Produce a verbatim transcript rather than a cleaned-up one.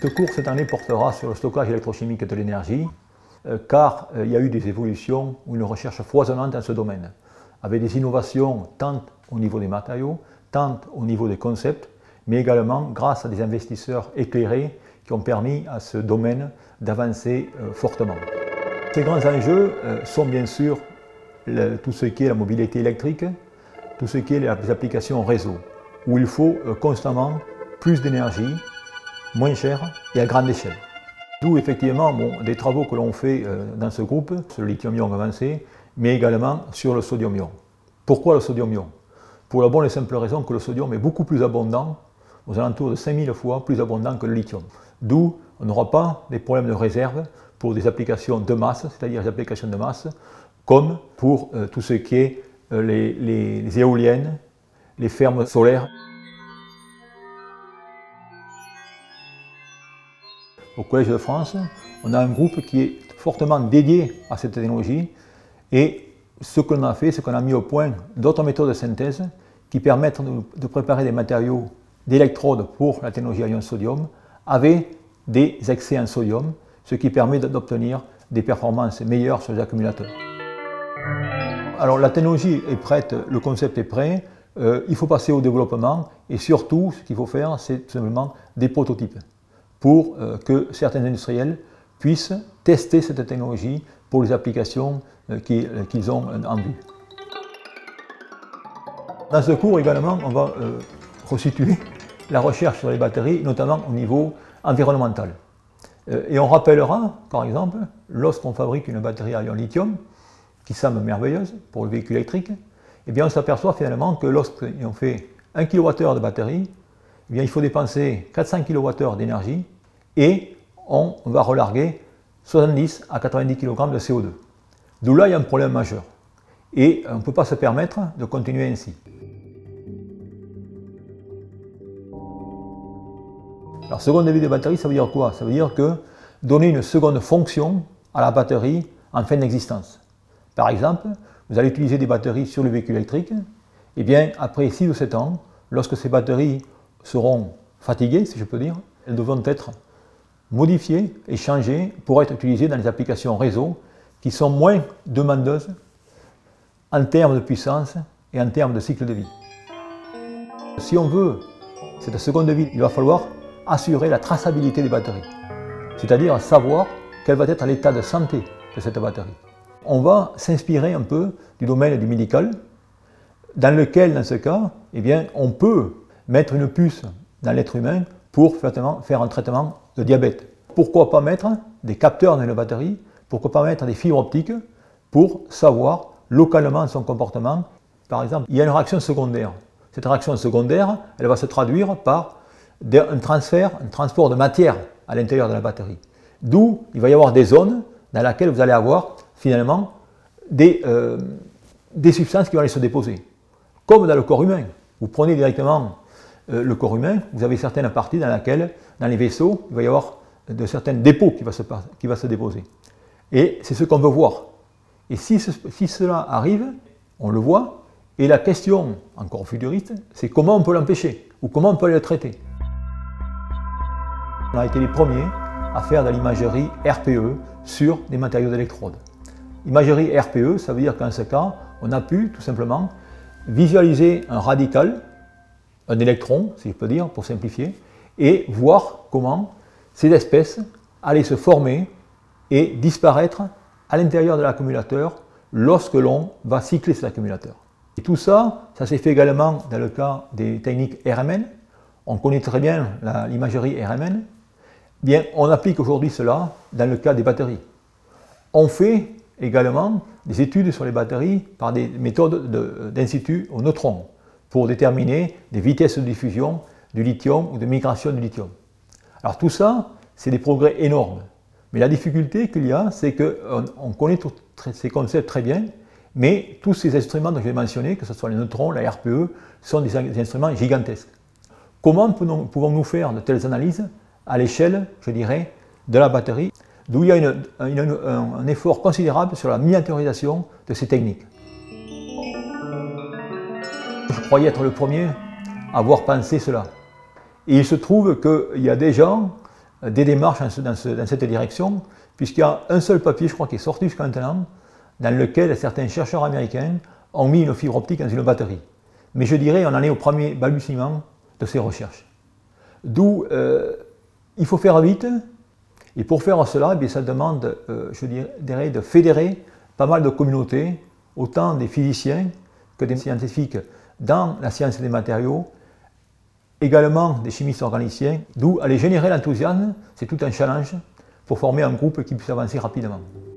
Ce cours cette année portera sur le stockage électrochimique de l'énergie, euh, car euh, il y a eu des évolutions ou une recherche foisonnante dans ce domaine, avec des innovations tant au niveau des matériaux, tant au niveau des concepts, mais également grâce à des investisseurs éclairés qui ont permis à ce domaine d'avancer euh, fortement. Ces grands enjeux euh, sont bien sûr le, tout ce qui est la mobilité électrique, tout ce qui est les applications réseau, où il faut euh, constamment plus d'énergie, moins cher et à grande échelle. D'où effectivement bon, des travaux que l'on fait euh, dans ce groupe, sur le lithium-ion avancé, mais également sur le sodium-ion. Pourquoi le sodium-ion? Pour la bonne et simple raison que le sodium est beaucoup plus abondant, aux alentours de cinq mille fois plus abondant que le lithium. D'où on n'aura pas des problèmes de réserve pour des applications de masse, c'est-à-dire des applications de masse, comme pour euh, tout ce qui est euh, les, les, les éoliennes, les fermes solaires. Au Collège de France, on a un groupe qui est fortement dédié à cette technologie et ce qu'on a fait, c'est qu'on a mis au point d'autres méthodes de synthèse qui permettent de préparer des matériaux d'électrodes pour la technologie à ion sodium avec des excès en sodium, ce qui permet d'obtenir des performances meilleures sur les accumulateurs. Alors la technologie est prête, le concept est prêt, euh, il faut passer au développement et surtout ce qu'il faut faire, c'est tout simplement des prototypes pour euh, que certains industriels puissent tester cette technologie pour les applications euh, qu'ils euh, qu'ils ont en vue. Dans ce cours également, on va euh, resituer la recherche sur les batteries, notamment au niveau environnemental. Euh, et on rappellera, par exemple, lorsqu'on fabrique une batterie à ion lithium, qui semble merveilleuse pour le véhicule électrique, eh bien on s'aperçoit finalement que lorsqu'on fait un kilowattheure de batterie, eh bien il faut dépenser quatre cents kilowattheures d'énergie et on va relarguer soixante-dix à quatre-vingt-dix kilogrammes de C O deux. D'où là il y a un problème majeur. Et on ne peut pas se permettre de continuer ainsi. Alors seconde vie de batterie, ça veut dire quoi? Ça veut dire que donner une seconde fonction à la batterie en fin d'existence. Par exemple, vous allez utiliser des batteries sur le véhicule électrique, et bien après six ou sept ans, lorsque ces batteries seront fatiguées, si je peux dire, elles devront être modifiées et changées pour être utilisées dans les applications réseau qui sont moins demandeuses en termes de puissance et en termes de cycle de vie. Si on veut cette seconde vie, il va falloir assurer la traçabilité des batteries, c'est-à-dire savoir quel va être l'état de santé de cette batterie. On va s'inspirer un peu du domaine du médical, dans lequel, dans ce cas, eh bien, on peut mettre une puce dans l'être humain pour faire un traitement de diabète. Pourquoi pas mettre des capteurs dans la batterie? Pourquoi pas mettre des fibres optiques pour savoir localement son comportement? Par exemple, il y a une réaction secondaire. Cette réaction secondaire, elle va se traduire par un transfert, un transport de matière à l'intérieur de la batterie. D'où il va y avoir des zones dans lesquelles vous allez avoir finalement des, euh, des substances qui vont aller se déposer. Comme dans le corps humain. Vous prenez directement euh, le corps humain, vous avez certaines parties dans lesquelles, dans les vaisseaux, il va y avoir de certains dépôts qui vont se, qui va se déposer. Et c'est ce qu'on veut voir. Et si, ce, si cela arrive, on le voit, et la question, encore futuriste, c'est comment on peut l'empêcher, ou comment on peut le traiter. On a été les premiers à faire de l'imagerie R P E sur des matériaux d'électrode. Imagerie R P E, ça veut dire qu'en ce cas, on a pu tout simplement visualiser un radical, un électron, si je peux dire, pour simplifier, et voir comment ces espèces allaient se former et disparaître à l'intérieur de l'accumulateur lorsque l'on va cycler cet accumulateur. Et tout ça, ça s'est fait également dans le cas des techniques R M N. On connaît très bien l'imagerie R M N. Bien, on applique aujourd'hui cela dans le cas des batteries. On fait également des études sur les batteries par des méthodes d'in situ au neutron pour déterminer des vitesses de diffusion du lithium ou de migration du lithium. Alors tout ça, c'est des progrès énormes. Mais la difficulté qu'il y a, c'est qu'on on connaît tous ces concepts très bien, mais tous ces instruments que je vais mentionner, que ce soit les neutrons, la R P E, sont des, des instruments gigantesques. Comment pouvons-nous faire de telles analyses à l'échelle, je dirais, de la batterie, d'où il y a une, une, un, un effort considérable sur la miniaturisation de ces techniques. Je croyais être le premier à avoir pensé cela. Et il se trouve qu'il y a des gens des démarches dans, ce, dans, ce, dans cette direction, puisqu'il y a un seul papier, je crois, qui est sorti jusqu'à maintenant, dans lequel certains chercheurs américains ont mis une fibre optique dans une batterie. Mais je dirais, on en est au premier balbutiement de ces recherches. D'où euh, il faut faire vite, et pour faire cela, eh bien, ça demande, euh, je dirais, de fédérer pas mal de communautés, autant des physiciens que des scientifiques dans la science des matériaux, également des chimistes organiciens, d'où aller générer l'enthousiasme, c'est tout un challenge pour former un groupe qui puisse avancer rapidement.